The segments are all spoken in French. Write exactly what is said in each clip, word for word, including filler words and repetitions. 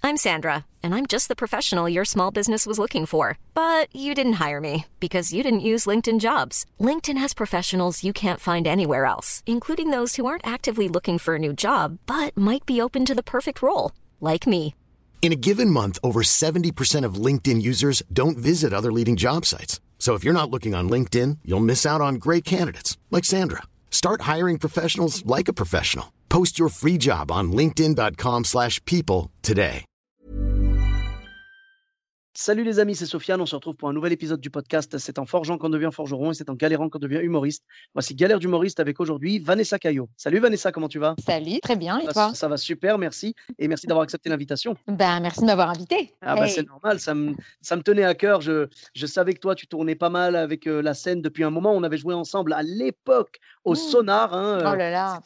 I'm Sandra, and I'm just the professional your small business was looking for. But you didn't hire me because you didn't use LinkedIn Jobs. LinkedIn has professionals you can't find anywhere else, including those who aren't actively looking for a new job, but might be open to the perfect role, like me. In a given month, over seventy percent of LinkedIn users don't visit other leading job sites. So if you're not looking on LinkedIn, you'll miss out on great candidates like Sandra. Start hiring professionals like a professional. Post your free job on linkedin.com slash people today. Salut les amis, c'est Sofiane. On se retrouve pour un nouvel épisode du podcast. C'est en forgeant qu'on devient forgeron et c'est en galérant qu'on devient humoriste. Voici Galère d'humoriste avec aujourd'hui Vanessa Caillot. Salut Vanessa, comment tu vas? Salut, très bien, et Ça, toi? ça va super, merci. Et merci d'avoir accepté l'invitation. Ben, merci de m'avoir invité. Ah bah Hey. c'est normal, ça me, ça me tenait à cœur. Je, je savais que toi, tu tournais pas mal avec euh, la scène depuis un moment. On avait joué ensemble à l'époque au Mmh. Sonar. Hein, Oh euh, là là,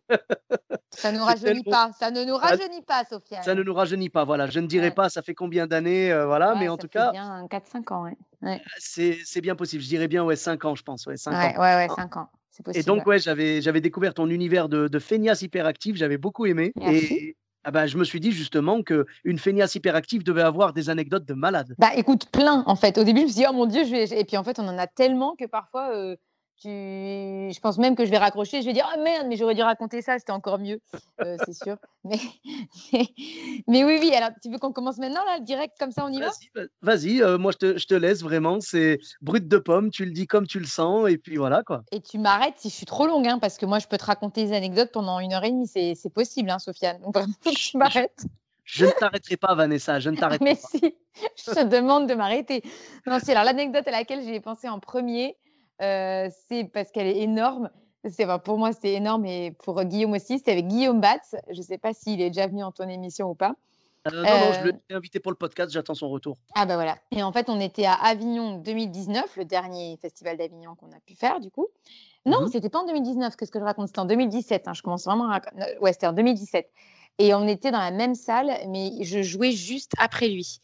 ça ne nous c'est rajeunit tellement... pas, ça ne nous Ça, rajeunit pas, ça ne Sofiane. nous rajeunit pas, voilà. Je ne dirai Ouais, pas ça fait combien d'années, euh, voilà, mais ouais, en ça tout fait cas, bien quatre cinq ans, ouais. Ouais, c'est c'est bien possible. Je dirais bien, ouais, cinq ans, je pense, ouais, cinq ouais, ans. ouais, ouais, Hein. cinq ans, c'est Et possible. donc, ouais, j'avais j'avais découvert ton univers de, de feignasse hyperactive, j'avais beaucoup aimé. Merci. Et ah bah, je me suis dit justement qu'une feignasse hyperactive devait avoir des anecdotes de malade. Bah écoute, plein en fait. Au début, je me suis dit, oh mon Dieu, je vais... et puis en fait, on en a tellement que parfois, euh, tu... je pense même que je vais raccrocher, je vais dire, oh merde, mais j'aurais dû raconter ça, c'était encore mieux, euh, c'est sûr. Mais... mais... mais oui, oui, alors tu veux qu'on commence maintenant, là, direct, comme ça, on y va? Vas-y, va- vas-y, euh, moi je te, je te laisse vraiment, c'est brut de pomme, tu le dis comme tu le sens, et puis voilà quoi. Et tu m'arrêtes si je suis trop longue, hein, parce que moi, je peux te raconter des anecdotes pendant une heure et demie, c'est c'est possible, hein, Sofiane. Donc vraiment, faut que tu Je, m'arrêtes. je ne t'arrêterai pas, Vanessa, je ne t'arrêterai Mais pas. si, je te demande de m'arrêter. Non, si, alors l'anecdote à laquelle j'ai pensé en premier, heu, c'est parce qu'elle est énorme. C'est enfin, pour moi, c'était énorme et pour euh, Guillaume aussi. C'était avec Guillaume Batz. Je ne sais pas s'il est déjà venu en ton émission ou pas. Euh, non, non, je Heu, l'ai invité pour le podcast, j'attends son retour. ah bah, voilà, et en fait, on était à Avignon deux mille dix-neuf, le dernier festival d'Avignon qu'on a pu faire du coup. Non, Mhm. c'était pas en deux mille dix-neuf, qu'est-ce que je raconte? C'était en deux mille dix-sept, hein, je commence vraiment à rac heu, ouais, c'était en deux mille dix-sept, et on était dans la même salle, mais je jouais juste après lui.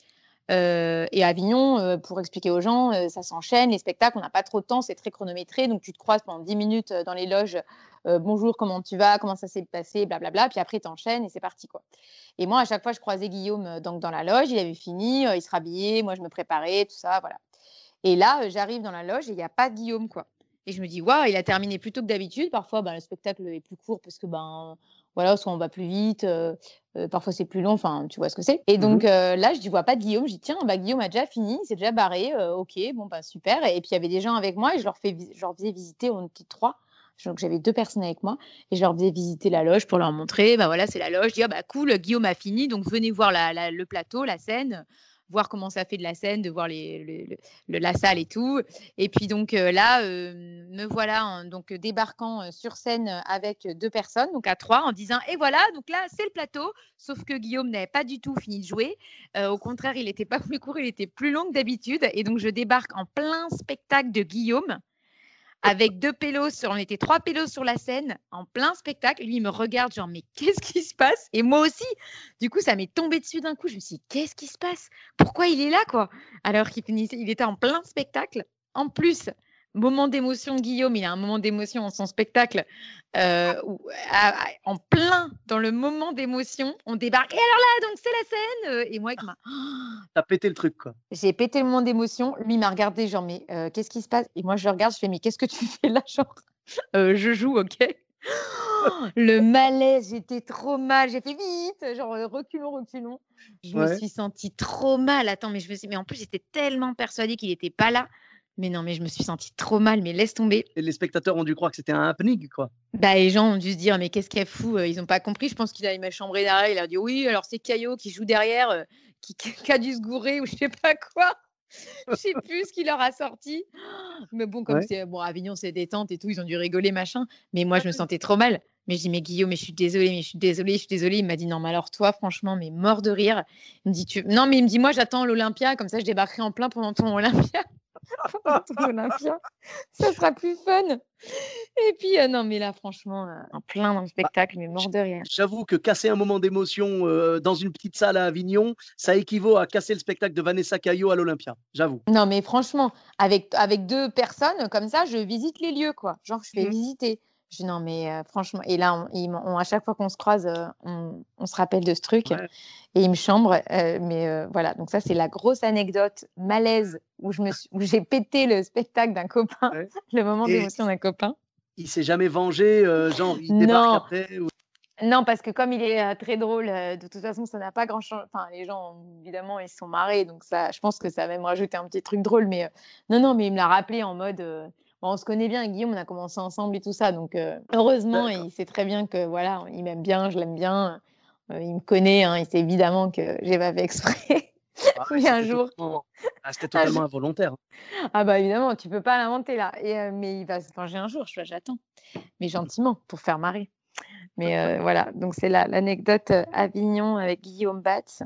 Heu et à Avignon, heu, pour expliquer aux gens, heu, ça s'enchaîne, les spectacles, on n'a pas trop de temps, c'est très chronométré, donc tu te croises pendant dix minutes, heu, dans les loges, heu: «Bonjour, comment tu vas? Comment ça s'est passé?» blablabla, puis après tu enchaînes et c'est parti, quoi. Et moi, à chaque fois, je croisais Guillaume, heu, donc dans la loge, il avait fini, heu, il se rhabillait, moi je me préparais, tout ça, voilà. Et là, heu, j'arrive dans la loge et il y a pas de Guillaume, quoi, et je me dis: «Waouh, il a terminé plus tôt que d'habitude». Parfois, ben, le spectacle est plus court parce que, ben, voilà, soit on va plus vite, heu heu, parfois c'est plus long, enfin, tu vois ce que c'est, et donc Mhm. heu, là, je dis: «vois pas de Guillaume». Je dis: «Tiens, bah, Guillaume a déjà fini, il s'est déjà barré, heu, OK, bon, bah, super», et puis il y avait des gens avec moi et je leur fais vis je leur faisais visiter, on était trois, donc j'avais deux personnes avec moi et je leur faisais visiter la loge pour leur montrer: «Bah, voilà, c'est la loge». Je dis: «Ah bah, cool, Guillaume a fini, donc venez voir la la le plateau, la scène, voir comment ça fait de la scène, de voir les le le le la salle et tout». Et puis donc heu, là, heu, me voilà en donc débarquant, heu, sur scène, heu, avec deux personnes, donc à trois, en disant: «Et voilà, donc là, c'est le plateau». Sauf que Guillaume n'avait pas du tout fini de jouer. Heu, au contraire, il était pas plus court, il était plus long que d'habitude, et donc je débarque en plein spectacle de Guillaume avec deux pélos sur on était trois pélos sur la scène, en plein spectacle. Lui, il me regarde genre: «Mais qu'est-ce qui se passe?» Et moi aussi. Du coup, ça m'est tombé dessus d'un coup. Je me suis dit: «Qu'est-ce qui se passe? Pourquoi il est là, quoi?» Alors qu'il finissait il était en plein spectacle. En plus, moment d'émotion de Guillaume, il a un moment d'émotion dans son spectacle, heu, où à à en plein dans le moment d'émotion, on débarque: «Et alors là, donc c'est la scène, heu» et moi avec ma T'as pété le truc quoi. j'ai pété le moment d'émotion. Lui, il m'a regardé genre: «Mais heu, qu'est-ce qui se passe?» Et moi, je le regarde, je fais: «Mais qu'est-ce que tu fais là?» genre, heu, «Je joue, OK». Le malaise, j'étais trop mal, j'ai fait: «Vite!» genre, heu, reculons, reculons. Je me Ouais. suis sentie trop mal. Attends, mais je me suis mais en plus, j'étais tellement persuadée qu'il était pas là. Mais non, mais je me suis sentie trop mal, mais laisse tomber. Et les spectateurs ont dû croire que c'était un happening quoi. Bah, les gens ont dû se dire: «Mais qu'est-ce qu'elle fout?» heu, ils ont pas compris. Je pense qu'il a il m'a chambré derrière, il a dit: «Oui, alors c'est Caillot qui joue derrière, heu, qui qui qui a dû se gourer» ou je sais pas quoi. Je sais plus ce qu'il leur a sorti. Mais bon, comme Ouais. c'est bon, Avignon, c'est détente et tout, ils ont dû rigoler, machin. Mais moi, Ouais, je me ouais. sentais trop mal. Mais je dis: «Mais Guillaume, mais je suis désolée, mais je suis désolée, je suis désolée». Il m'a dit: «Non, mais alors toi, franchement, mais mort de rire». Il me dit: «Tu» non, mais il me dit: «Moi, j'attends l'Olympia, comme ça, je débarquerai en plein pendant ton Olympia, pendant ton Olympia, ça sera plus fun». Et puis, heu, non, mais là, franchement, heu, en plein dans le Bah, spectacle, mais j mort de rire. j'avoue que casser un moment d'émotion, heu, dans une petite salle à Avignon, ça équivaut à casser le spectacle de Vanessa Caillot à l'Olympia, j'avoue. Non, mais franchement, avec avec deux personnes comme ça, je visite les lieux, quoi. Genre, je fais Mmh. visiter. Je dis: «Non mais heu, franchement» et là, on ils m'ont on à chaque fois qu'on se croise, heu, on on se rappelle de ce truc et Ouais. ils me chambrent, heu, mais heu, voilà, donc ça, c'est la grosse anecdote malaise où je me suis où j'ai pété le spectacle d'un copain, Ouais le moment et d'émotion d'un copain. il s'est jamais vengé, heu, genre il débarque Non, après ou non, parce que comme il est, heu, très drôle, heu, de toute façon, ça n'a pas grand chan enfin, les gens, évidemment, ils se sont marrés, donc ça je pense que ça a même rajouté un petit truc drôle, mais heu, non, non, mais il me l'a rappelé en mode, heu, bon, on se connaît bien avec Guillaume, on a commencé ensemble et tout ça, donc heu, heureusement, d'accord. il sait très bien que, voilà, il m'aime bien, je l'aime bien, heu, il me connaît, hein, il sait évidemment que j'ai pas fait exprès. Ah ouais, Mais un c'était jour totalement ah c'était un jour totalement involontaire, hein. ah bah, évidemment, tu peux pas l'inventer là et heu, mais il va se venger un jour, je j'attends, mais gentiment, pour faire marrer. Mais heu, voilà, donc c'est la l'anecdote, heu, Avignon avec Guillaume Batz.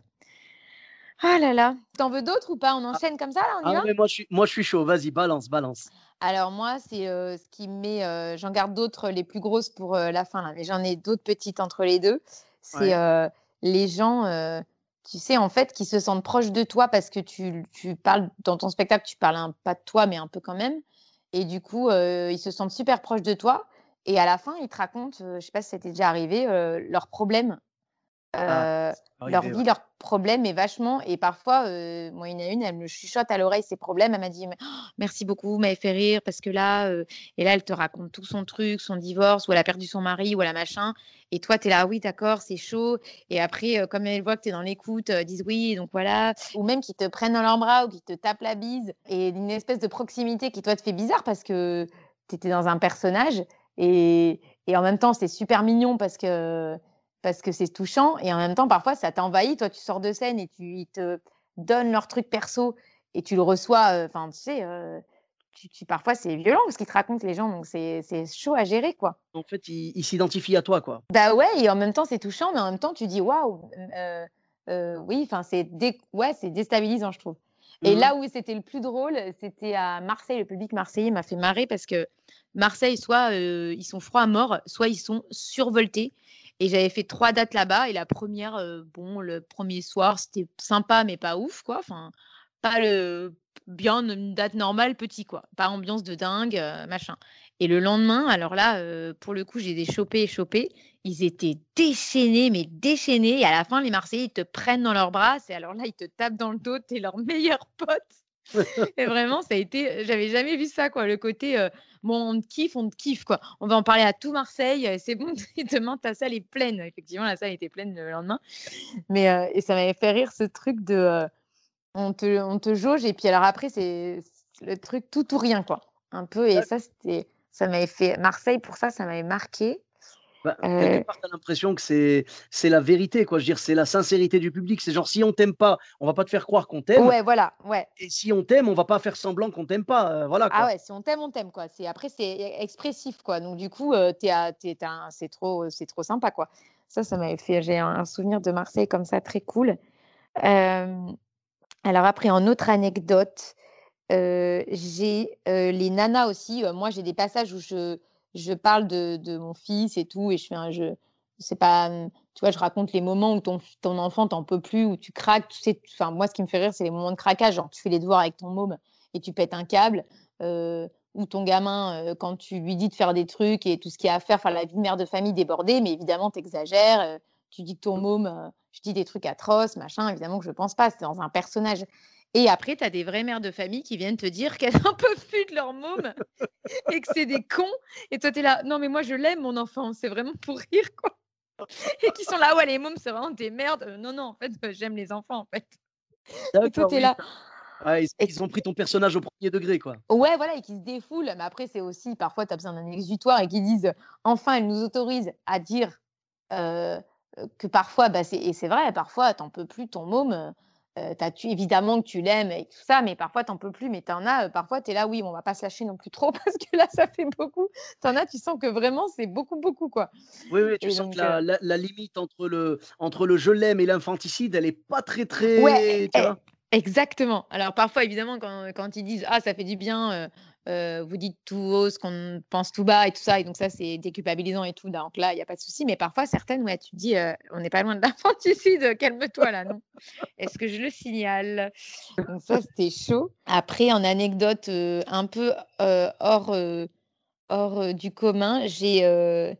Ah là là, tu veux d'autres ou pas? On Ah enchaîne comme ça là, on y ah va? ouais, moi je suis moi je suis chaud, vas-y balance, balance. Alors moi, c'est, heu, ce qui me met, heu, j'en garde d'autres, les plus grosses pour, heu, la fin là, mais j'en ai d'autres petites entre les deux. C'est, Ouais. heu, les gens, heu, tu sais, en fait, qui se sentent proches de toi parce que tu tu parles dans ton spectacle, tu parles un pas de toi, mais un peu quand même et du coup, heu, ils se sentent super proches de toi et à la fin, ils te racontent, heu, je sais pas si ça t'est déjà arrivé, heu, leurs problèmes. Ah, Heu, ça peut leur arriver, vie, ouais. leurs problèmes et vachement et parfois, heu, moi, il y en a une, elle me chuchote à l'oreille ses problèmes. Elle m'a dit: «Mais oh, merci beaucoup, vous m'avez fait rire parce que là, heu» et là, elle te raconte tout son truc, son divorce, où elle a perdu son mari, ou elle a machin et toi, tu es là: «Ah oui, d'accord, c'est chaud» et après, heu, comme elles voient que tu es dans l'écoute, heu, elles disent: «Oui, donc voilà» ou même qui te prennent dans leurs bras ou qui te tapent la bise et une espèce de proximité qui, toi, te fait bizarre parce que tu étais dans un personnage et et en même temps, c'est super mignon parce que parce que c'est touchant et en même temps, parfois, ça t'envahit. Toi, tu sors de scène et tu ils te donnent leur truc perso et tu le reçois, heu, enfin, tu sais, heu, tu tu parfois, c'est violent ce qu'ils te racontent les gens, donc c'est c'est chaud à gérer, quoi. En fait, il il s'identifie à toi, quoi. Bah, ouais et en même temps, c'est touchant, mais en même temps, tu dis: «Waouh!» heu heu, oui, enfin, c'est dé ouais, c'est déstabilisant, je trouve et Mmh. là où c'était le plus drôle, c'était à Marseille. Le public marseillais m'a fait marrer parce que Marseille, soit, heu, ils sont froids à mort, soit ils sont survoltés et j'avais fait trois dates là-bas et la première, re bon, le premier soir, c'était sympa mais pas ouf, quoi. Enfin, pas le bien une date normale, petit, quoi. Pas ambiance de dingue, heu, machin et le lendemain, alors là, heu, pour le coup, j'ai des chopés et chopés. Ils étaient déchaînés, mais déchaînés et à la fin, les Marseillais, ils te prennent dans leurs bras. C'est alors là, ils te tapent dans le dos, tu es leur meilleur pote et vraiment, ça a été j'avais jamais vu ça, quoi. Le côté, heu, bon, on te kiffe, on te kiffe, quoi. On va en parler à tout Marseille, heu, c'est bon, demain ta salle est pleine. Effectivement, la salle était pleine le lendemain, mais heu et ça m'avait fait rire ce truc de, heu, on te on te jauge et puis alors après, c'est c le truc tout ou rien, quoi. Un peu et ça, D'accord. c'était ça m'avait fait Marseille, pour ça, ça m'avait marqué. Bah, quelque Heu, part, tu as l'impression que c'est c'est la vérité, quoi. Je veux dire, c'est la sincérité du public. C'est genre si on t'aime pas, on va pas te faire croire qu'on t'aime ouais, voilà, ouais. et si on t'aime, on va pas faire semblant qu'on t'aime pas, heu, voilà, Ah quoi. ouais, si on t'aime, on t'aime, quoi. C'est après, c'est e expressif, quoi. Donc du coup, heu, tu es à tu es tu un c'est trop, c'est trop sympa, quoi. Ça, ça m'avait fait j'ai un un souvenir de Marseille comme ça très cool. Hem, alors après en autre anecdote, heu, j'ai, heu, les nanas aussi, heu, moi j'ai des passages où je je parle de de mon fils et tout et je fais un je c'est pas, mmh, tu vois, je raconte les moments où ton f ton enfant tu peut plus, où tu craques, tu sais, enfin moi ce qui me fait rire, c'est les moments de craquage, genre tu fais les devoirs avec ton môme et tu pètes un câble, heu, ou ton gamin, heu, quand tu lui dis de faire des trucs et tout ce qu'il y a à faire, enfin la vie de mère de famille débordée, mais évidemment tu exagères, tu dis que ton Mmh. môme, heu, je dis des trucs atroces, machin, évidemment que je pense pas, c'est dans un personnage et après, tu as des vraies mères de famille qui viennent te dire qu'elles en peuvent plus de leur môme et que c'est des cons et toi, tu es là: «Non, mais moi, je l'aime mon enfant, c'est vraiment pour rire, quoi» et qui sont là: «Ouais, les mômes, c'est vraiment des merdes». Heu, non, non, en fait, heu, j'aime les enfants, en fait et toi, D'accord, tu es oui. là Ouais, ils et ils ont pris ton personnage au premier degré, quoi. ouais, voilà et qui se défoulent, mais après, c'est aussi parfois, tu as besoin d'un exutoire et qui disent: «Enfin, elle nous autorise à dire, heu heu, que parfois, bah, c'est» et c'est vrai, parfois, tu en peux plus de ton môme, heu heu, tu tu évidemment que tu l'aimes et tout ça, mais parfois, tu en peux plus, mais tu en as, heu, parfois, tu es là: «Oui, bon, on va pas se lâcher non plus trop parce que là, ça fait beaucoup». Tu en as, tu sens que vraiment, c'est beaucoup, beaucoup, quoi Oui, oui, tu et sens que donc heu, la la la limite entre le entre le «je l'aime» et l'infanticide, elle est pas très, ouais, très tu e e vois? exactement. Alors parfois, évidemment, quand quand ils disent: «Ah, ça fait du bien, heu heu, vous dites tout haut ce qu'on pense tout bas» et tout ça et donc ça, c'est déculpabilisant et tout, donc là, il y a pas de souci. Mais parfois, certaines, ouais, tu te dis, heu: «On n'est pas loin de l'infanticide, calme-toi là, non? Est-ce que je le signale?» donc ça, c'était chaud. Après, en anecdote, heu, un peu, heu, hors, heu hors, heu, du commun, j'ai, heu,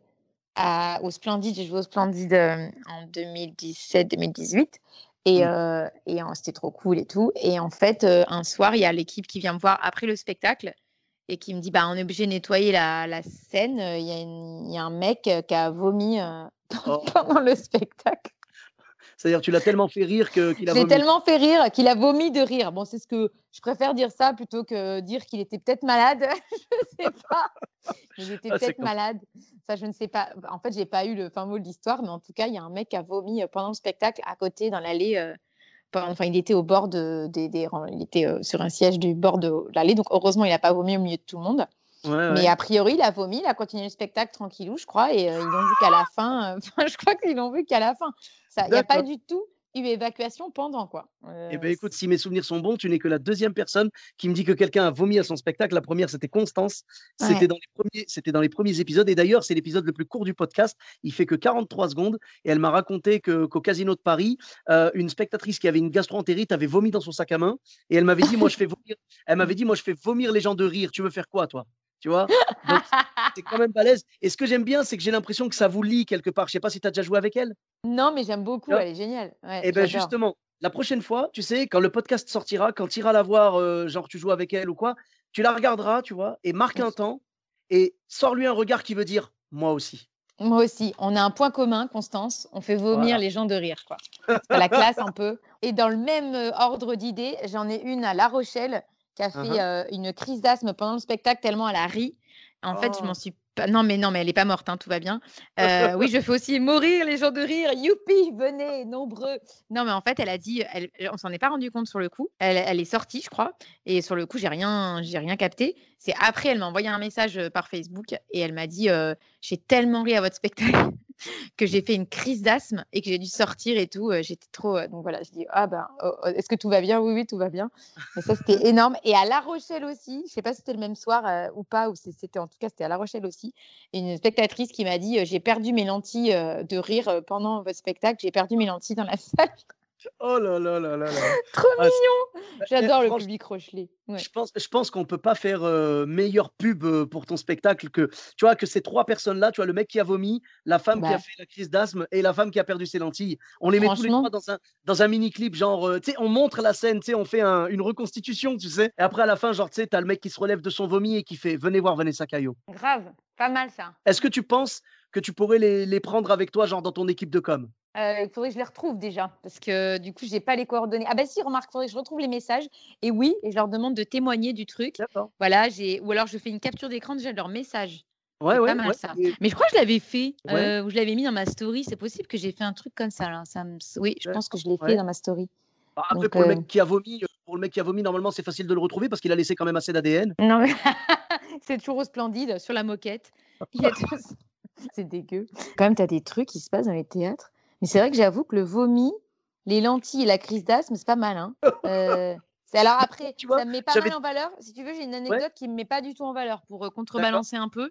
à au Splendide, j'ai joué au Splendide, hem, en deux mille dix-sept-deux mille dix-huit et Mmh. heu et en c'était trop cool et tout et en fait, heu, un soir, il y a l'équipe qui vient me voir après le spectacle et qui me dit: «Bah, on est obligé de nettoyer la la scène, heu, il y a une il y a un mec, heu, qui a vomi, heu, pendant Oh! le spectacle». C'est-à-dire tu l'as tellement fait rire que qu'il a Je l'ai vomi, quoi? tellement fait rire qu'il a vomi de rire. Bon, c'est ce que je préfère dire ça plutôt que dire qu'il était peut-être malade, je sais pas. Mais il était Ah, c'est peut-être comme malade, ça je ne sais pas. En fait, j'ai pas eu le fin mot de l'histoire, mais en tout cas, il y a un mec qui a vomi, heu, pendant le spectacle à côté dans l'allée, heu, pen enfin, il était au bord de des des ran il était, heu, sur un siège du bord de l'allée, donc heureusement, il a pas vomi au milieu de tout le monde. ouais, Mais ouais. a priori, il a vomi, il a continué le spectacle tranquillou, je crois et heu, ils l'ont vu qu'à la fin, heu, enfin, je crois qu'ils l'ont vu qu'à la fin. Ça il y a pas D'accord. du tout eu évacuation pendant, quoi. Eh Heu, beh, écoute, c si mes souvenirs sont bons, tu n'es que la deuxième personne qui me dit que quelqu'un a vomi à son spectacle. La première, c'était Constance. C'était Ouais. dans les premiers c'était dans les premiers épisodes et d'ailleurs, c'est l'épisode le plus court du podcast. Il fait que quarante-trois secondes et elle m'a raconté que qu'au Casino de Paris, heu, une spectatrice qui avait une gastro-entérite avait vomi dans son sac à main et elle m'avait dit: «Moi, je fais vomir» elle m'avait dit: «Moi, je fais vomir les gens de rire. Tu veux faire quoi, toi?» Tu vois? Donc c'est quand même balèze et ce que j'aime bien, c'est que j'ai l'impression que ça vous lie quelque part. Je sais pas si tu as déjà joué avec elle? Non, mais j'aime Tu beaucoup, vois? elle est géniale. Ouais, Et ben j'adore. justement, la prochaine fois, tu sais, quand le podcast sortira, quand tu iras la voir, heu, genre tu joues avec elle ou quoi, tu la regarderas, tu vois? Et marque un temps et sors-lui un regard qui veut dire: «Moi aussi». Moi aussi, on a un point commun, Constance, on fait vomir Voilà. les gens de rire, quoi. C'est pas la classe un peu et dans le même, heu, ordre d'idées, j'en ai une à La Rochelle qui a Hein, fait, hein. heu, une crise d'asthme pendant le spectacle tellement elle a ri. En fait, je m'en Oh! suis pas non, mais non, mais elle est pas morte, hein, tout va bien. Heu, oui, je fais aussi mourir les gens de rire, youpi, venez nombreux. Non, mais en fait, elle a dit elle on s'en est pas rendu compte sur le coup. Elle elle est sortie, je crois et sur le coup, j'ai rien j'ai rien capté. C'est après, elle m'a envoyé un message, heu, par Facebook et elle m'a dit, heu: «J'ai tellement ri à votre spectacle que j'ai fait une crise d'asthme et que j'ai dû sortir et tout, heu, j'étais trop, heu» donc voilà, je dis: «Ah ben, oh, oh, est-ce que tout va bien?» «Oui, oui, tout va bien». Et ça, c'était énorme et à La Rochelle aussi, je sais pas si c'était le même soir, heu, ou pas, ou c'est c'était en tout cas, c'était à La Rochelle aussi, une spectatrice qui m'a dit, heu: «J'ai perdu mes lentilles, heu, de rire, heu, pendant votre spectacle, j'ai perdu mes lentilles dans la salle». Oh là là là là là. Trop Ah c mignon! bah, eh J'adore le franch public Rochelais. Ouais. je pense je pense qu'on peut pas faire, heu, meilleure pub, heu, pour ton spectacle que tu vois, que ces trois personnes-là, tu vois, le mec qui a vomi, la femme qui a Bah, fait la crise d'asthme et la femme qui a perdu ses lentilles. On les met tous les trois franchement, dans un dans un mini clip genre, heu, tu sais, on montre la scène, tu sais, on fait un une reconstitution, tu sais? Et après à la fin, genre, tu sais, tu as le mec qui se relève de son vomi et qui fait: «Venez voir Vanessa Caillot». grave, pas mal ça. Est-ce que tu penses que tu pourrais les les prendre avec toi, genre dans ton équipe de com? Heu, il faudrait que je les retrouve déjà, parce que du coup, j'ai pas les coordonnées. Ah bah si, remarque, il faudrait que je retrouve les messages et oui et je leur demande de témoigner du truc. D'accord. Voilà, j'ai ou alors je fais une capture d'écran déjà de leur message. Ouais, C'est pas ouais, mal ouais ça. et Mais je crois que je l'avais fait, ouais, heu, ou je l'avais mis dans ma story. C'est possible que j'ai fait un truc comme ça là, ça me s oui, je pense que d'accord, je l'ai fait ouais. dans ma story. Bah, après Donc pour le heu, mec qui a vomi, heu, pour le mec qui a vomi, normalement, c'est facile de le retrouver parce qu'il a laissé quand même assez d'A D N. non mais c'est toujours au Splendide, sur la moquette. Il y a tout ça. C'est dégueu. Quand même, tu as des trucs qui se passent dans les théâtres. Mais c'est vrai que j'avoue que le vomi, les lentilles et la crise d'asthme, c'est pas mal, hein. Heu, c'est alors Mais moi, après, tu vois, ça me met pas mal j'avais en valeur. Si tu veux, j'ai une ouais, anecdote qui me met pas du tout en valeur pour, heu, d'accord. contrebalancer un peu.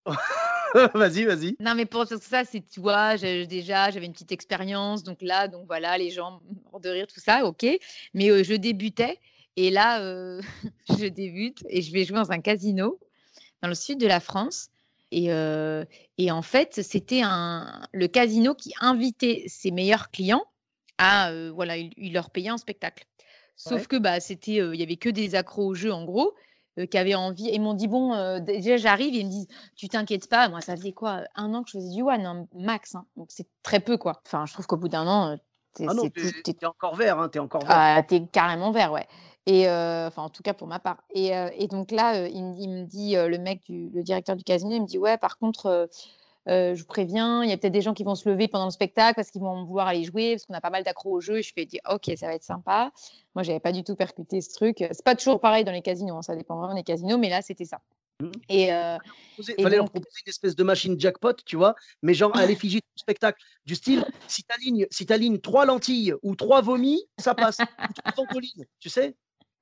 Vas-y, vas-y. Non, mais pour parce que ça, c'est tu vois, je déjà, j'avais une petite expérience, donc là, donc voilà, les gens morts de rire, tout ça, OK. Mais, heu, je débutais et là, heu, je débute et je vais jouer dans un casino dans le sud de la France et heu et en fait, c'était un le casino qui invitait ses meilleurs clients à, heu, voilà, il il leur payait un spectacle. Sauf Ouais. que, bah, c'était, heu, il y avait que des accros au jeu en gros, heu, qui avaient envie et ils m'ont dit: «Bon, heu», déjà j'arrive et ils me disent: «Tu t'inquiètes pas», moi ça faisait quoi, heu, un an que je faisais du one, hein, max, hein, donc c'est très peu quoi. Enfin, je trouve qu'au bout d'un an, heu, tu Ah non, c'est tu tout es tu tu es encore vert, hein, tu es encore vert. ah, tu carrément vert, ouais et heu, enfin, en tout cas pour ma part et heu et donc là, heu, il me il me dit, heu, le mec du le directeur du casino, il me dit: «Ouais, par contre, heu heu, je vous préviens, il y a peut-être des gens qui vont se lever pendant le spectacle parce qu'ils vont vouloir aller jouer, parce qu'on a pas mal d'accros au jeu» et je fais dis: «OK, ça va être sympa». Moi, j'avais pas du tout percuté ce truc, c'est pas toujours pareil dans les casinos, hein, ça dépend vraiment des casinos, mais là, c'était ça Mmh. et heu Proposer et fallait leur donc proposer une espèce de machine jackpot, tu vois? Mais genre à l'effigie du spectacle. Du style, si tu alignes si tu alignes trois lentilles ou trois vomis, ça passe. Ou trois ventolines, tu sais?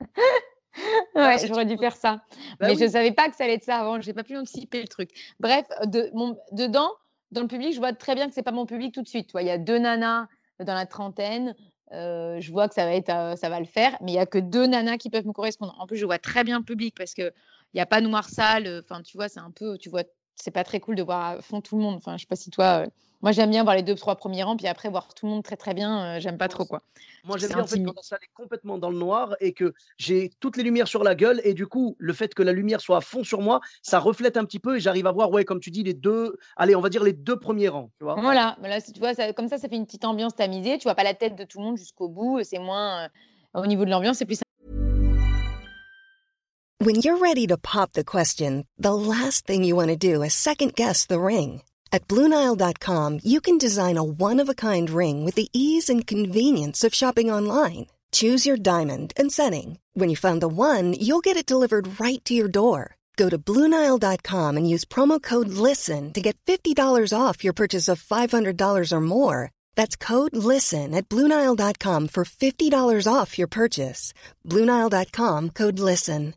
Tu vois, ouais, ces j'aurais trucs dû faire ça. bah Mais je oui. savais pas que ça allait être ça avant, j'ai pas pu anticiper le truc. Bref, de mon dedans, dans le public, je vois très bien que c'est pas mon public tout de suite, tu vois? Il y a deux nanas dans la trentaine, heu, je vois que ça va être, heu, ça va le faire, mais il y a que deux nanas qui peuvent me correspondre. En plus, je vois très bien le public parce qu'il il y a pas noir sale, heu, enfin, tu vois? C'est un peu, tu vois? C'est pas très cool de voir à fond tout le monde. Enfin, je sais pas si toi, heu moi, j'aime bien voir les deux trois premiers rangs, puis après voir tout le monde très, très bien, heu, j'aime pas Moi trop, aussi. quoi. Moi, C'est j'aime bien en fait quand intimi la salle est complètement dans le noir et que j'ai toutes les lumières sur la gueule et du coup, le fait que la lumière soit à fond sur moi, ça reflète un petit peu et j'arrive à voir, ouais, comme tu dis, les deux, allez, on va dire les deux premiers rangs, tu vois? voilà, bah, là, si tu vois, ça comme ça, ça fait une petite ambiance tamisée. Tu vois pas la tête de tout le monde jusqu'au bout, c'est moins, heu, au niveau de l'ambiance, c'est plus When you're ready to pop the question, the last thing you want to do is second-guess the ring. At Blue Nile dot com, you can design a one-of-a-kind ring with the ease and convenience of shopping online. Choose your diamond and setting. When you find the one, you'll get it delivered right to your door. Go to Blue Nile dot com and use promo code LISTEN to get fifty dollars off your purchase of five hundred dollars or more. That's code LISTEN at Blue Nile dot com for fifty dollars off your purchase. Blue Nile dot com, code LISTEN.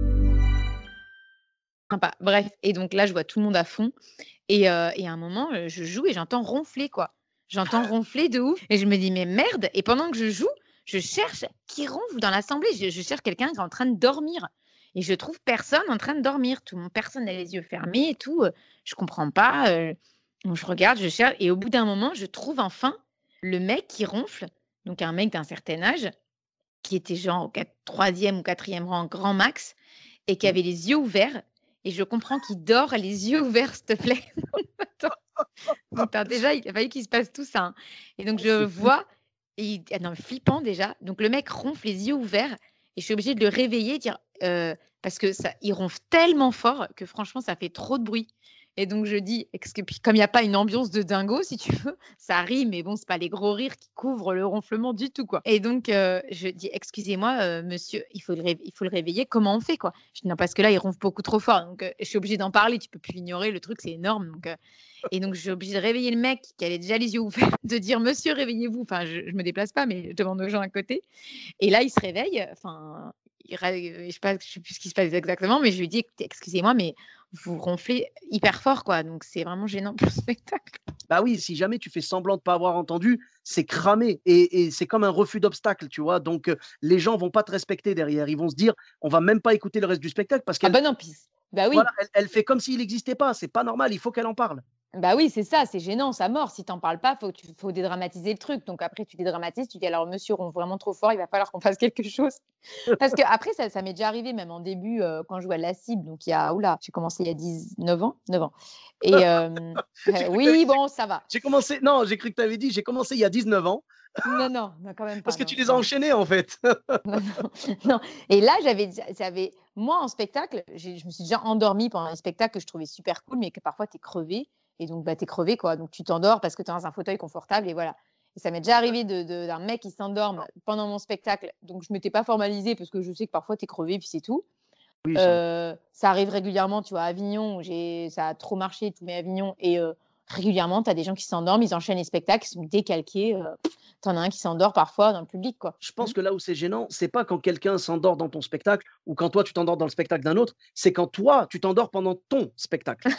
sympa. Bref, et donc là, je vois tout le monde à fond et heu et à un moment, heu, je joue et j'entends ronfler, quoi. J'entends ronfler de ouf et je me dis: «Mais merde!» et pendant que je joue, je cherche qui ronfle dans l'assemblée. Je je cherche quelqu'un qui est en train de dormir et je trouve personne en train de dormir. Tout le monde personne a les yeux fermés et tout, heu, je comprends pas, heu, donc je regarde, je cherche et au bout d'un moment, je trouve enfin le mec qui ronfle, donc un mec d'un certain âge qui était genre au quat troisième ou quatrième rang grand max et qui Mmh. avait les yeux ouverts et je comprends qu'il dort les yeux ouverts, s'il te plaît. Attends, donc tu déjà, il a fallu qu'il se passe tout ça, hein et donc Oh, je c'est fou. vois et il ah non, flippant déjà. Donc le mec ronfle les yeux ouverts et je suis obligée de le réveiller, dire, heu, parce que ça il ronfle tellement fort que franchement, ça fait trop de bruit et donc je dis ex que puis comme il y a pas une ambiance de dingo, si tu veux, ça rit, mais bon, c'est pas les gros rires qui couvrent le ronflement du tout, quoi et donc heu, je dis: «Excusez-moi, heu, monsieur, il faut le rév il faut le réveiller, comment on fait, quoi?» Je dis: «Non, parce que là, il ronfle beaucoup trop fort», donc heu, je suis obligée d'en parler, tu peux plus l'ignorer, le truc, c'est énorme, donc heu et donc je suis obligée de réveiller le mec qui avait déjà les yeux ouverts, de dire: «Monsieur, réveillez-vous». Enfin, je je me déplace pas, mais je demande aux gens à côté et là, il se réveille, enfin, il ré je sais pas, je sais plus ce qui se passe exactement, mais je lui dis: «Écoutez, excusez-moi, mais vous ronflez hyper fort, quoi, donc c'est vraiment gênant pour le spectacle». Bah oui, si jamais tu fais semblant de pas avoir entendu, c'est cramé et et c'est comme un refus d'obstacle, tu vois? Donc heu, les gens vont pas te respecter derrière. Ils vont se dire: «On va même pas écouter le reste du spectacle parce Ah qu'elle bah non, puis bah voilà, oui. elle elle fait comme s'il existait pas». C'est pas normal, il faut qu'elle en parle. Bah oui, c'est ça, c'est gênant, ça mord. Si tu en parles pas, faut tu faut dédramatiser le truc. Donc après, tu dédramatises, tu dis: «Alors monsieur ronfle vraiment trop fort, il va falloir qu'on fasse quelque chose». Parce qu'après ça ça m'est déjà arrivé même en début, heu, quand je jouais à la cible, donc il y a ouh là, j'ai commencé il y a dix-neuf ans? neuf ans et hem, J'ai heu, cru que tu avais oui, dit: bon, ça va. «J'ai commencé» non, j'ai cru que tu avais dit: «J'ai commencé il y a dix-neuf ans», Non, non, non, quand même parce pas, que tu non, les as non. enchaînés, en fait. Non, non, non et là, j'avais déjà j'avais moi, en spectacle, j'ai je me suis déjà endormie pendant un spectacle que je trouvais super cool, mais que parfois tu es crevé et donc bah, tu es crevé, quoi, donc tu t'endors parce que tu es dans un fauteuil confortable et voilà et ça m'est déjà arrivé de de d'un mec qui s'endorme pendant mon spectacle, donc je m'étais pas formalisée parce que je sais que parfois tu es crevé puis c'est tout. Oui, ça Heu, ça arrive régulièrement, tu vois, à Avignon où j'ai ça a trop marché tous mes Avignon et heu, régulièrement, tu as des gens qui s'endorment, ils enchaînent les spectacles, ils sont décalqués, heu, tu en as un qui s'endort parfois dans le public, quoi. je Mmh. pense que là où c'est gênant, c'est pas quand quelqu'un s'endort dans ton spectacle ou quand toi tu t'endors dans le spectacle d'un autre, c'est quand toi tu t'endors pendant ton spectacle.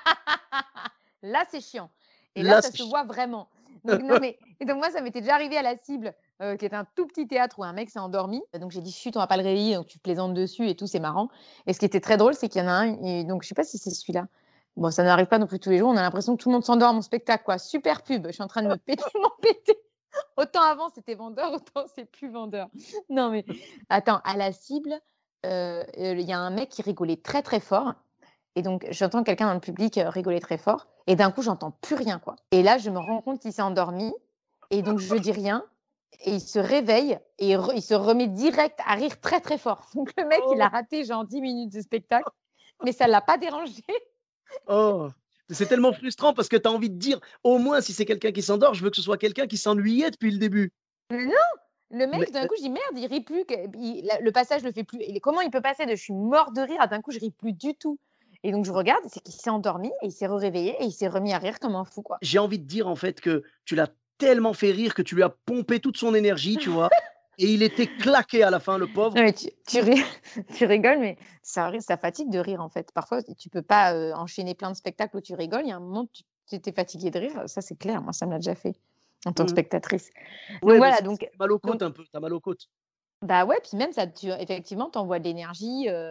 Là, c'est chiant et là, Là, ça c'est se ch voit vraiment. Donc non, mais et donc moi, ça m'était déjà arrivé à la cible, heu, qui est un tout petit théâtre où un mec s'est endormi. Donc j'ai dit: «Chut, on va pas le réveiller», donc tu plaisantes dessus et tout, c'est marrant et ce qui était très drôle, c'est qu'il y en a un et donc je sais pas si c'est celui-là. Bon, ça n'arrive pas non plus tous les jours, on a l'impression que tout le monde s'endort à mon spectacle, quoi. Super pub, je suis en train de me péter m'en péter. Autant avant c'était vendeur, autant c'est plus vendeur. Non mais attends, à la cible, heu, il y a un mec qui rigolait très, très fort et donc j'entends quelqu'un dans le public, heu, rigoler très fort et d'un coup, j'entends plus rien, quoi et là, je me rends compte qu'il s'est endormi et donc je dis rien et il se réveille et re il se remet direct à rire très, très fort. Donc le mec, il a oh, raté genre dix minutes de spectacle, mais ça l'a pas dérangé. oh, c'est tellement frustrant parce que tu as envie de dire: «Au moins si c'est quelqu'un qui s'endort, je veux que ce soit quelqu'un qui s'ennuyait depuis le début». Mais non! Le Mais mec, d'un heu, coup, je dis: «Merde, il rit plus, que il la le passage le fait plus». Et comment il peut passer de: «Je suis mort de rire» à d'un coup, je ris plus du tout et donc je regarde, c'est qu'il s'est endormi et il s'est re-réveillé et il s'est remis à rire comme un fou, quoi. j'ai envie de dire en fait que tu l'as tellement fait rire que tu lui as pompé toute son énergie, tu vois? Et il était claqué à la fin, le pauvre. Non, mais tu tu ris tu rigoles, mais ça ri ça fatigue de rire, en fait. Parfois, tu peux pas, heu, enchaîner plein de spectacles où tu rigoles. Il y a un moment, tu tu étais fatiguée de rire, ça, c'est clair. Moi, ça me l'a déjà fait en tant que Mmh. spectatrice. Donc Ouais, bah, voilà, ça donc ça fait mal aux côtes donc un peu, tu as mal aux côtes. bah, ouais, puis même ça tu effectivement, tu envoies de l'énergie, heu,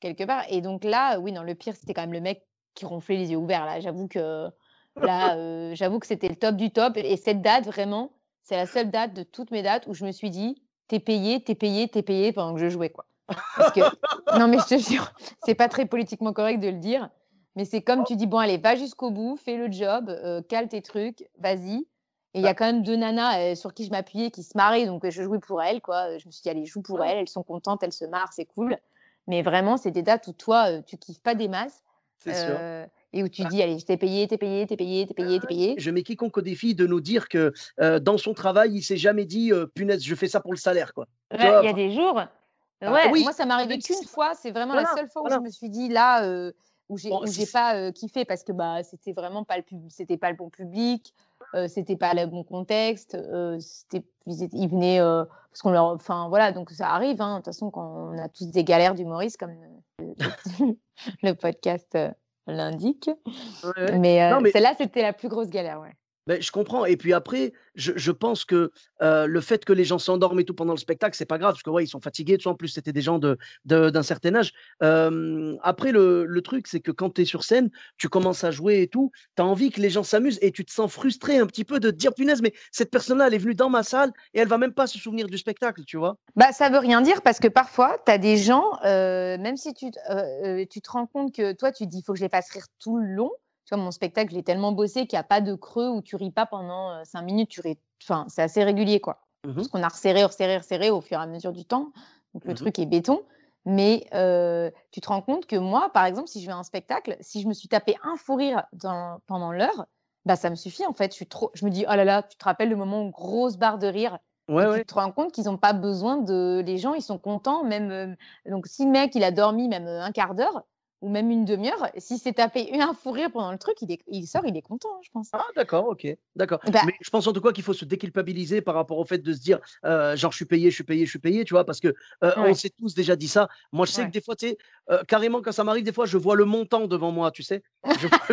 quelque part. Et donc là, oui, non, le pire, c'était quand même le mec qui ronflait les yeux ouverts. Là, j'avoue que là, euh, j'avoue que c'était le top du top. Et cette date, vraiment, c'est la seule date de toutes mes dates où je me suis dit, t'es payé, t'es payé, t'es payé pendant que je jouais, quoi. Parce que, non, mais je te jure, c'est pas très politiquement correct de le dire, mais c'est comme tu dis, bon, allez, va jusqu'au bout, fais le job, euh, cale tes trucs, vas-y. Et il y a quand même deux nanas euh, sur qui je m'appuyais qui se marraient, donc euh, je jouais pour elles, quoi. Je me suis dit, allez, joue pour elles, elles sont contentes, elles se marrent, c'est cool. Mais vraiment, c'est des dates où toi, euh, tu kiffes pas des masses C'est sûr. euh, et où tu dis, allez, t'es payé, t'es payé, t'es payé, t'es payé, t'es payé. Je mets quiconque au défi de nous dire que euh, dans son travail, il s'est jamais dit euh, punaise, je fais ça pour le salaire, quoi. Tu Ouais, vois, il y a enfin, des jours. ah, Ouais, oui, moi, ça m'est arrivé même si qu'une c'est- fois. C'est vraiment la voilà, seule fois où je voilà. me suis dit là, euh, où j'ai Bon, où si j'ai c'est- pas euh, kiffé parce que bah c'était vraiment pas le pub, c'était pas le bon public, euh, c'était pas le bon contexte, euh, c'était ils, étaient- ils venaient euh, parce qu'on leur, enfin voilà, donc ça arrive. Hein, de toute façon, quand on a tous des galères d'humoristes comme le, le- le podcast euh, l'indique. ouais, ouais. Mais Non, euh, mais celle-là, c'était la plus grosse galère, ouais. Ben, je comprends. Et puis après, je, je pense que euh, le fait que les gens s'endorment et tout pendant le spectacle, c'est pas grave, parce que ouais, ils sont fatigués. Tout ça. En plus, c'était des gens de, de- d'un certain âge. Euh, après, le, le truc, c'est que quand tu es sur scène, tu commences à jouer et tout, tu as envie que les gens s'amusent et tu te sens frustré un petit peu de te dire, punaise, mais cette personne-là, elle est venue dans ma salle et elle va même pas se souvenir du spectacle, tu vois. Bah, ça veut rien dire parce que parfois, tu as des gens, euh, même si tu, te- euh, euh, tu te rends compte que toi, tu te dis, il faut que je les fasse rire tout le long. Tu vois, mon spectacle, je l'ai tellement bossé qu'il n'y a pas de creux où tu ris pas pendant euh, cinq minutes. Tu ris... Enfin, c'est assez régulier, quoi. Parce Mhm, qu'on a resserré, resserré, resserré au fur et à mesure du temps. Donc, le mhm. truc est béton. Mais euh, tu te rends compte que moi, par exemple, si je vais à un spectacle, si je me suis tapé un fou rire dans- pendant l'heure, bah, ça me suffit, en fait. Je, suis trop... je me dis, oh là là, tu te rappelles le moment où grosse barre de rire Ouais, et tu ouais. te rends compte qu'ils n'ont pas besoin de. Les gens, ils sont contents, même. euh, Donc, si le mec, il a dormi même euh, un quart d'heure ou même une demi-heure, s'il s'est tapé un fou rire pendant le truc, il, est... il sort, il est content, hein, je pense. Ah, d'accord, ok, d'accord. Bah, Mais je pense en tout cas qu'il faut se déculpabiliser par rapport au fait de se dire, euh, genre, je suis payé, je suis payé, je suis payé, tu vois, parce que euh, on ouais, s'est tous déjà dit ça. Moi, je sais que ouais. des fois, tu sais, euh, carrément, quand ça m'arrive, des fois, je vois le montant devant moi, tu sais. Je vois,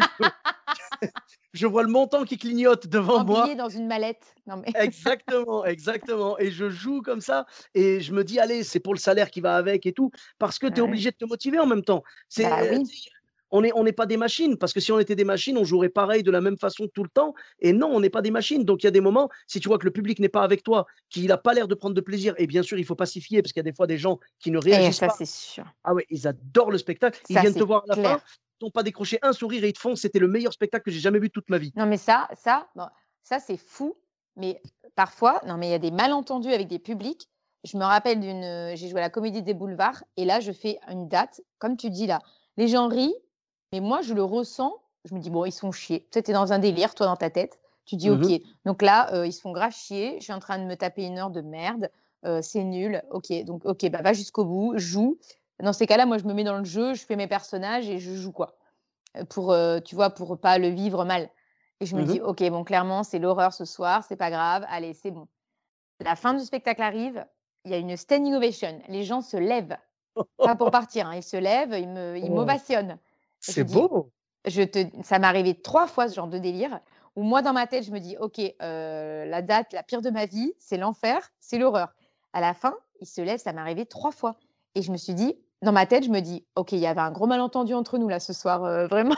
je vois le montant qui clignote devant En moi. billet dans une mallette. Non, mais. Exactement, exactement. Et je joue comme ça et je me dis, allez, c'est pour le salaire qui va avec et tout, parce que tu es Ouais. obligé de te motiver en même temps. Bah C'est, euh, oui. tu sais, on est, on n'est pas des machines, parce que si on était des machines, on jouerait pareil de la même façon tout le temps. Et non, on n'est pas des machines. Donc il y a des moments, si tu vois que le public n'est pas avec toi, qu'il n'a pas l'air de prendre de plaisir, et bien sûr, il faut pacifier, parce qu'il y a des fois des gens qui ne Et réagissent ça, pas. c'est sûr. Ah ouais, ils adorent le spectacle, ils Ça, viennent te c'est voir à la fin, clair. ils n'ont pas décroché un sourire et ils te font, c'était le meilleur spectacle que j'ai jamais vu de toute ma vie. Non, mais ça, ça, bon, ça c'est fou. Mais parfois, non, mais il y a des malentendus avec des publics. Je me rappelle d'une, euh, j'ai joué à la Comédie des Boulevards et là, je fais une date, comme tu dis là. Les gens rient, mais moi, je le ressens. Je me dis, bon, ils sont chiés. Tu sais, t'es dans un délire, toi, dans ta tête. Tu dis, OK. Mhm, Donc là, euh, ils se font grave chier. Je suis en train de me taper une heure de merde. Euh, c'est nul. OK. Donc, OK, bah, va jusqu'au bout, joue. Dans ces cas-là, moi, je me mets dans le jeu, je fais mes personnages et je joue, quoi. Euh, Pour, euh, tu vois, pour pas le vivre mal. Et je me mhm. dis, OK, bon, clairement, c'est l'horreur ce soir, c'est pas grave, allez, c'est bon. La fin du spectacle arrive, il y a une standing ovation. Les gens se lèvent, pas pour partir, hein, ils se lèvent, ils me, ils Oh, m'ovationnent. Et je c'est dis, beau. je te, ça m'est arrivé trois fois ce genre de délire, où moi, dans ma tête, je me dis, OK, euh, la date la pire de ma vie, c'est l'enfer, c'est l'horreur. À la fin, ils se lèvent, ça m'est arrivé trois fois. Et je me suis dit, dans ma tête, je me dis, OK, il y avait un gros malentendu entre nous là ce soir, euh, vraiment.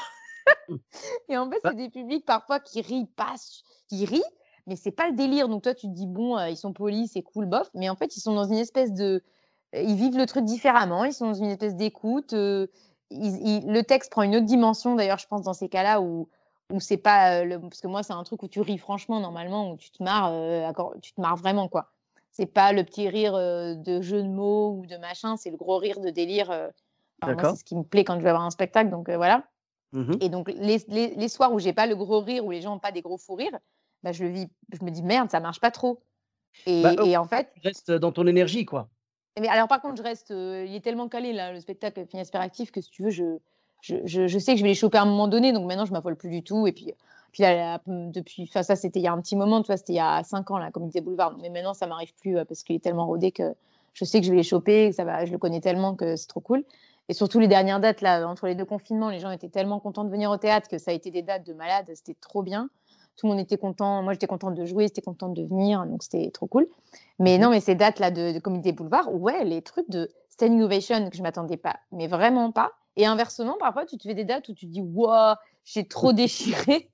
Et en fait, Bah, c'est des publics parfois qui rient pas, su- qui rient, mais c'est pas le délire. Donc toi, tu te dis bon, euh, ils sont polis, c'est cool, bof. Mais en fait, ils sont dans une espèce de, euh, ils vivent le truc différemment. Ils sont dans une espèce d'écoute. euh, ils- ils- Le texte prend une autre dimension. D'ailleurs, je pense dans ces cas-là où où c'est pas euh, le... parce que moi, c'est un truc où tu ris franchement normalement, où tu te marres, euh, accord- tu te marres vraiment quoi. C'est pas le petit rire euh, de jeu de mots ou de machin, c'est le gros rire de délire. euh. Enfin, moi, c'est d'accord. ce qui me plaît quand je vais voir un spectacle. Donc euh, voilà. Mhm. Et donc, les, les, les soirs où j'ai pas le gros rire, où les gens n'ont pas des gros fous rires, bah, je le vis, je me dis merde, ça marche pas trop. Bah, Et, oh, et en fait, tu restes dans ton énergie, quoi. mais alors par contre, je reste, euh, il est tellement calé là, le spectacle Phineas Hyperactif que si tu veux, je, je, je, je sais que je vais les choper à un moment donné, donc maintenant je m'affole plus du tout. Et puis, puis là, là, depuis, enfin ça c'était il y a un petit moment, tu vois, c'était il y a cinq ans la Comédie des Boulevards, mais maintenant ça m'arrive plus euh, parce qu'il est tellement rodé que je sais que je vais les choper, que ça va, je le connais tellement que c'est trop cool. Et surtout les dernières dates là, entre les deux confinements, les gens étaient tellement contents de venir au théâtre que ça a été des dates de malades, c'était trop bien. tout le monde était content. Moi, j'étais contente de jouer, j'étais contente de venir, donc c'était trop cool. Mais non, mais ces dates-là de, de Comedy Boulevard, ouais, les trucs de standing ovation que je m'attendais pas, mais vraiment pas. Et inversement, parfois, tu te fais des dates où tu te dis, waouh, j'ai trop déchiré.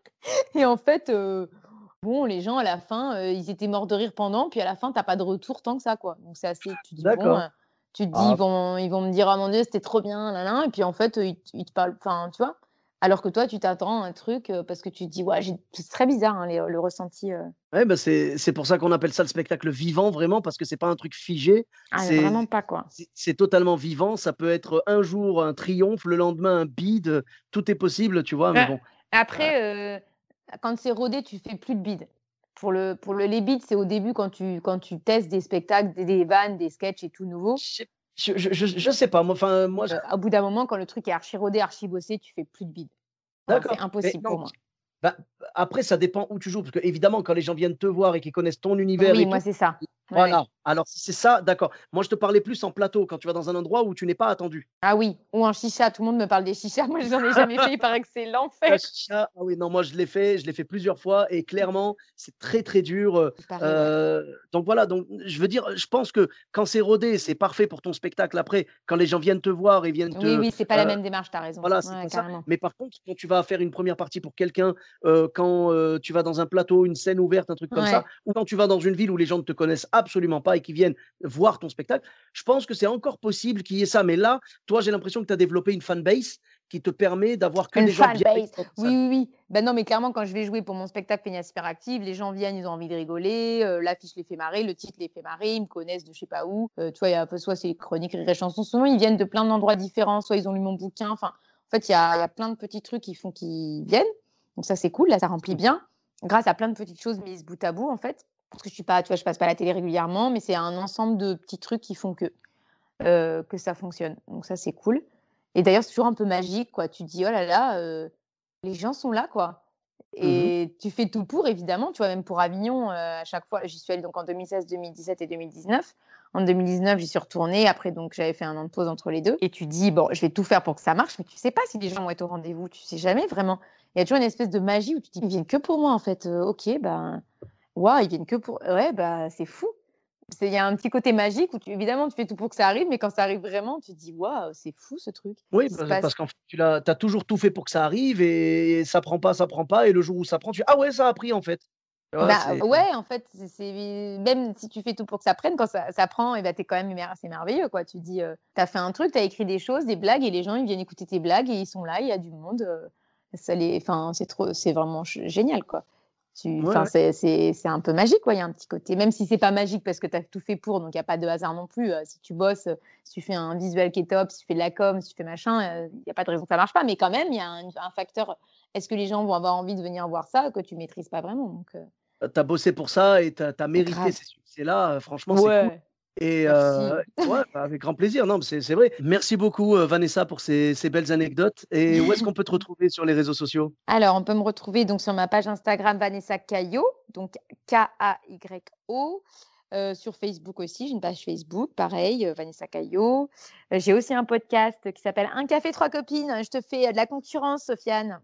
Et en fait, euh, bon, les gens, à la fin, euh, ils étaient morts de rire pendant, puis à la fin, t'as pas de retour tant que ça, quoi. Donc, c'est assez, tu te dis, bon, D'accord. euh, tu te dis, Ah, ils vont, ils vont me dire, oh mon Dieu, c'était trop bien, là, là. Et puis, en fait, euh, ils, te- ils te parlent, enfin, tu vois. Alors que toi, tu t'attends à un truc euh, parce que tu te dis, ouais, j'ai... c'est très bizarre, hein, les- le ressenti. euh. ouais, bah, c'est c'est pour ça qu'on appelle ça le spectacle vivant, vraiment, parce que c'est pas un truc figé. Ah, mais C'est vraiment pas, quoi. c'est c'est totalement vivant. Ça peut être un jour un triomphe, le lendemain un bide. Tout est possible, tu vois. Mais Ouais. bon. Ah, Après, euh, quand c'est rodé, tu fais plus de bides. Pour le, pour le, les bides, c'est au début quand tu, quand tu testes des spectacles, des, des vannes, des sketchs et tout nouveau. je, sais- je, je, je- je sais pas. Moi, enfin, moi, je- Euh, au bout d'un moment, quand le truc est archi rodé, archi bossé, tu fais plus de bides. Enfin, c'est d'accord. Mais impossible non, pour moi. bah, après, ça dépend où tu joues, parce que évidemment, quand les gens viennent te voir et qu'ils connaissent ton univers Oui, et moi, tout, c'est ça. Ouais, ouais. voilà. Alors, si c'est ça, d'accord. Moi, je te parlais plus en plateau, quand tu vas dans un endroit où tu n'es pas attendu. Ah oui, ou un chicha, tout le monde me parle des chichas. Moi, je n'en ai jamais fait, il paraît que c'est La l'enfer. chicha, ah oui, non, moi je l'ai fait, je l'ai fait plusieurs fois et clairement, c'est très très dur. euh, Il paraît, ouais. euh, donc voilà, donc je veux dire, je pense que quand c'est rodé, c'est parfait pour ton spectacle. Après, quand les gens viennent te voir et viennent Oui, te, oui, c'est pas la euh, même démarche, t'as raison. voilà, c'est Ouais, pas ça. carrément. Mais par contre, quand tu vas faire une première partie pour quelqu'un, heu, quand, heu, tu vas dans un plateau, une scène ouverte, un truc comme ça, Ouais. ou quand tu vas dans une ville où les gens ne te connaissent absolument pas et qui viennent voir ton spectacle, je pense que c'est encore possible qu'il y ait ça. Mais là, toi, j'ai l'impression que tu as développé une fanbase qui te permet d'avoir que Une des gens fanbase. bienveillants dans ta Oui, salle. oui, oui. Ben non, mais clairement, quand je vais jouer pour mon spectacle Feignasse Hyperactive, les gens viennent, ils ont envie de rigoler. euh, L'affiche les fait marrer, le titre les fait marrer, ils me connaissent de je sais pas où. Euh, tu vois, il y a un peu, soit c'est chronique, rire et chanson. Souvent, ils viennent de plein d'endroits différents. Soit ils ont lu mon bouquin. Enfin, en fait, il y a, il y a plein de petits trucs qui font qu'ils viennent. Donc ça, c'est cool. Là, ça remplit bien. Grâce à plein de petites choses mises bout à bout, en fait. Parce que je suis pas, tu vois, je passe pas à la télé régulièrement, mais c'est un ensemble de petits trucs qui font que, euh, que ça fonctionne. Donc ça, c'est cool. Et d'ailleurs, c'est toujours un peu magique, quoi. Tu te dis, oh là là, euh, les gens sont là, quoi. Mmh. Et tu fais tout pour, évidemment, tu vois, même pour Avignon, euh, à chaque fois, j'y suis allée donc en deux mille seize, deux mille dix-sept et deux mille dix-neuf. En deux mille dix-neuf, j'y suis retournée. Après, donc, j'avais fait un an de pause entre les deux. Et tu dis, bon, je vais tout faire pour que ça marche, mais tu sais pas si les gens vont être au rendez-vous. Tu sais jamais vraiment. Il y a toujours une espèce de magie où tu te dis, ils viennent que pour moi, en fait. Euh, ok, ben, waouh, ils viennent que pour. Ouais, bah, c'est fou. C'est il y a un petit côté magique où tu évidemment, tu fais tout pour que ça arrive, mais quand ça arrive vraiment, tu te dis: «Waouh, c'est fou ce truc Oui, qui se parce passe». parce qu'en fait, tu l'as tu as toujours tout fait pour que ça arrive et ça prend pas, ça prend pas et le jour où ça prend, tu fais: «Ah ouais, ça a pris en fait». Tu vois? Bah, C'est ouais, en fait, c'est c'est même si tu fais tout pour que ça prenne, quand ça ça prend et bah, tu es quand même mer c'est merveilleux, quoi. Tu te dis, heu, tu as fait un truc, tu as écrit des choses, des blagues et les gens, ils viennent écouter tes blagues et ils sont là, il y a du monde, heu, ça les enfin, c'est trop c'est vraiment ch génial, quoi. Tu ouais, enfin, ouais. c'est c'est c'est un peu magique, quoi. Il y a un petit côté même si c'est pas magique parce que tu as tout fait pour, donc il y a pas de hasard non plus, heu, si tu bosses, heu, si tu fais un visuel qui est top, si tu fais de la com, si tu fais machin, heu, il y a pas de raison que ça marche pas, mais quand même, il y a un un facteur, est-ce que les gens vont avoir envie de venir voir ça, que tu maîtrises pas vraiment, donc heu, Tu as bossé pour ça et tu as mérité grave. ces succès-là, heu, franchement, c'est cool Ouais, et heu, merci. ouais, bah, avec grand plaisir. Non, mais c'est c'est vrai. Merci beaucoup, heu, Vanessa pour ces ces belles anecdotes et où est-ce qu'on peut te retrouver sur les réseaux sociaux? Alors, on peut me retrouver donc sur ma page Instagram Vanessa Caillot, donc K A Y O. Heu, sur Facebook aussi, j'ai une page Facebook, pareil, heu, Vanessa Caillot. Heu, j'ai aussi un podcast qui s'appelle Un café, trois copines. Je te fais, heu, de la concurrence, Sofiane.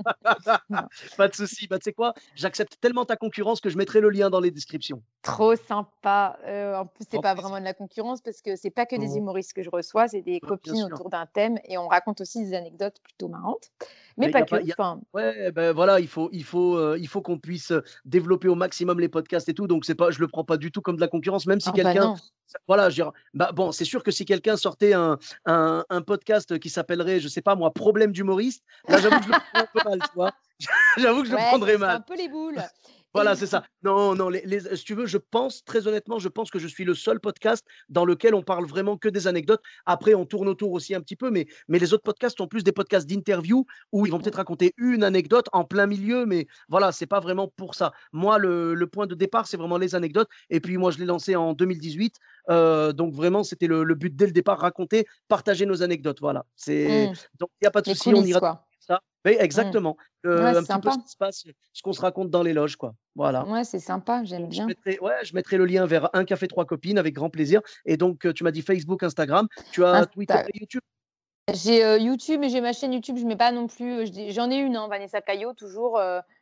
Non. Pas de souci. Bah, tu sais quoi? J'accepte tellement ta concurrence que je mettrai le lien dans les descriptions. Trop sympa. Heu, en plus, c'est Grand pas plaisir. vraiment de la concurrence parce que c'est pas que des Non, humoristes que je reçois, c'est des bah, bien copines sûr. autour d'un thème et on raconte aussi des anecdotes plutôt marrantes, mais Mais il y pas a pas que. il y a Enfin, ouais, ben, voilà, il faut il faut, heu, il faut qu'on puisse, heu, développer au maximum les podcasts et tout, donc c'est pas je le prends pas du tout comme de la concurrence, même si ah bah quelqu'un non. ça voilà, je veux dire, bah, bon, c'est sûr que si quelqu'un sortait un un un podcast qui s'appellerait, je sais pas moi, «Problème d'humoriste», là, j'avoue que je le prendrais un peu mal, tu vois? J'avoue que je le Ouais, ça prendrais me ferait mal. un peu les boules. Voilà, c'est ça. Non, non, les les si tu veux, je pense très honnêtement, je pense que je suis le seul podcast dans lequel on parle vraiment que des anecdotes. Après, on tourne autour aussi un petit peu, mais mais les autres podcasts sont plus des podcasts d'interview où ils vont peut-être raconter une anecdote en plein milieu, mais voilà, c'est pas vraiment pour ça. Moi, le le point de départ, c'est vraiment les anecdotes et puis moi, je l'ai lancé en deux mille dix-huit, heu, donc vraiment, c'était le le but dès le départ, raconter, partager nos anecdotes, voilà. C'est Mmh. donc il y a pas de Les souci, on coulisses, ira quoi. ça. Oui, Mmh. exactement, Ouais, heu, un c'est petit peu ce sympa. qui se passe, ce qu'on se raconte dans les loges, quoi. Voilà. Ouais, c'est sympa, j'aime Donc je bien. mettrai ouais, je mettrai le lien vers Un café, trois copines avec grand plaisir et donc heu, tu m'as dit Facebook, Instagram. Tu as Twitter Insta et YouTube? j'ai, heu, YouTube et j'ai ma chaîne YouTube, je mets pas non plus, heu, je dis j'en ai une, hein, Vanessa Caillot toujours, heu,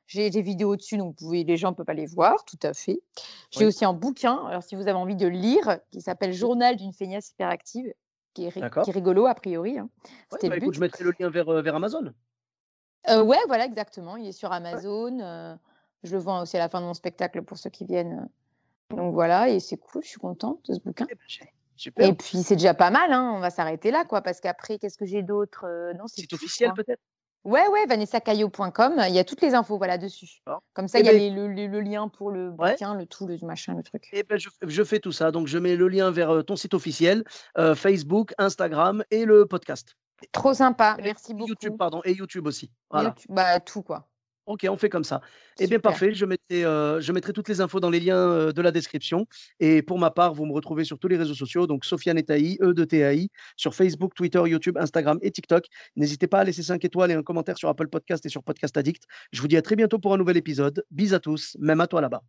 J'ai des vidéos dessus, donc vous pouvez, les gens peuvent aller voir, tout à fait. J'ai Oui. aussi un bouquin, alors si vous avez envie de le lire, qui s'appelle Journal d'une feignasse hyperactive, qui est, ri- D'accord. qui est rigolo a priori. Hein. Ouais, C'était bah, le écoute, but. je mettrai le lien vers, euh, vers Amazon. Euh, ouais, voilà, exactement. Il est sur Amazon. euh, je le vends aussi à la fin de mon spectacle pour ceux qui viennent. euh. Donc voilà, et c'est cool, je suis contente de ce bouquin. Eh ben, j'ai- Super. Et puis c'est déjà pas mal, hein, on va s'arrêter là, quoi, parce qu'après, qu'est-ce que j'ai d'autre Euh, Non, c'est Site tout, je officiel crois. peut-être. Ouais, ouais, vanessa caillot point com, il y a toutes les infos, voilà, dessus. D'accord. Comme ça, Eh il y a ben, les- le, le- le lien pour le ouais. bouquin, le tout, le machin, le truc. Eh ben, je, je fais tout ça. Donc, je mets le lien vers euh, ton site officiel, euh, Facebook, Instagram et le podcast. Trop sympa, Et merci YouTube, beaucoup. pardon, et YouTube aussi. Voilà. YouTube, bah, tout, quoi. Ok, on fait comme ça. Eh bien, Super. parfait. Je mettrai, euh, je mettrai toutes les infos dans les liens euh, de la description. Et pour ma part, vous me retrouvez sur tous les réseaux sociaux. Donc, Sofiane et Taï, E de T A I, sur Facebook, Twitter, YouTube, Instagram et TikTok. N'hésitez pas à laisser cinq étoiles et un commentaire sur Apple Podcast et sur Podcast Addict. Je vous dis à très bientôt pour un nouvel épisode. Bis à tous, même à toi là-bas.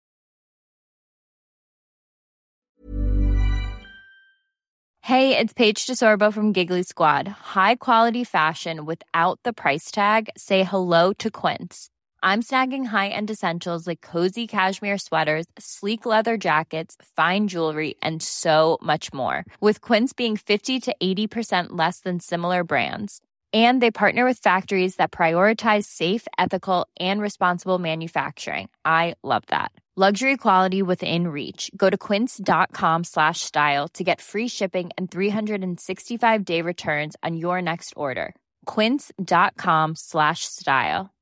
Hey, it's Paige DeSorbo from Giggly Squad. High quality fashion without the price tag. Say hello to Quince. I'm snagging high-end essentials like cozy cashmere sweaters, sleek leather jackets, fine jewelry, and so much more. With Quince being fifty to eighty percent less than similar brands. And they partner with factories that prioritize safe, ethical, and responsible manufacturing. I love that. Luxury quality within reach. Go to quince.com slash style to get free shipping and three sixty-five day returns on your next order. Quince.com slash style.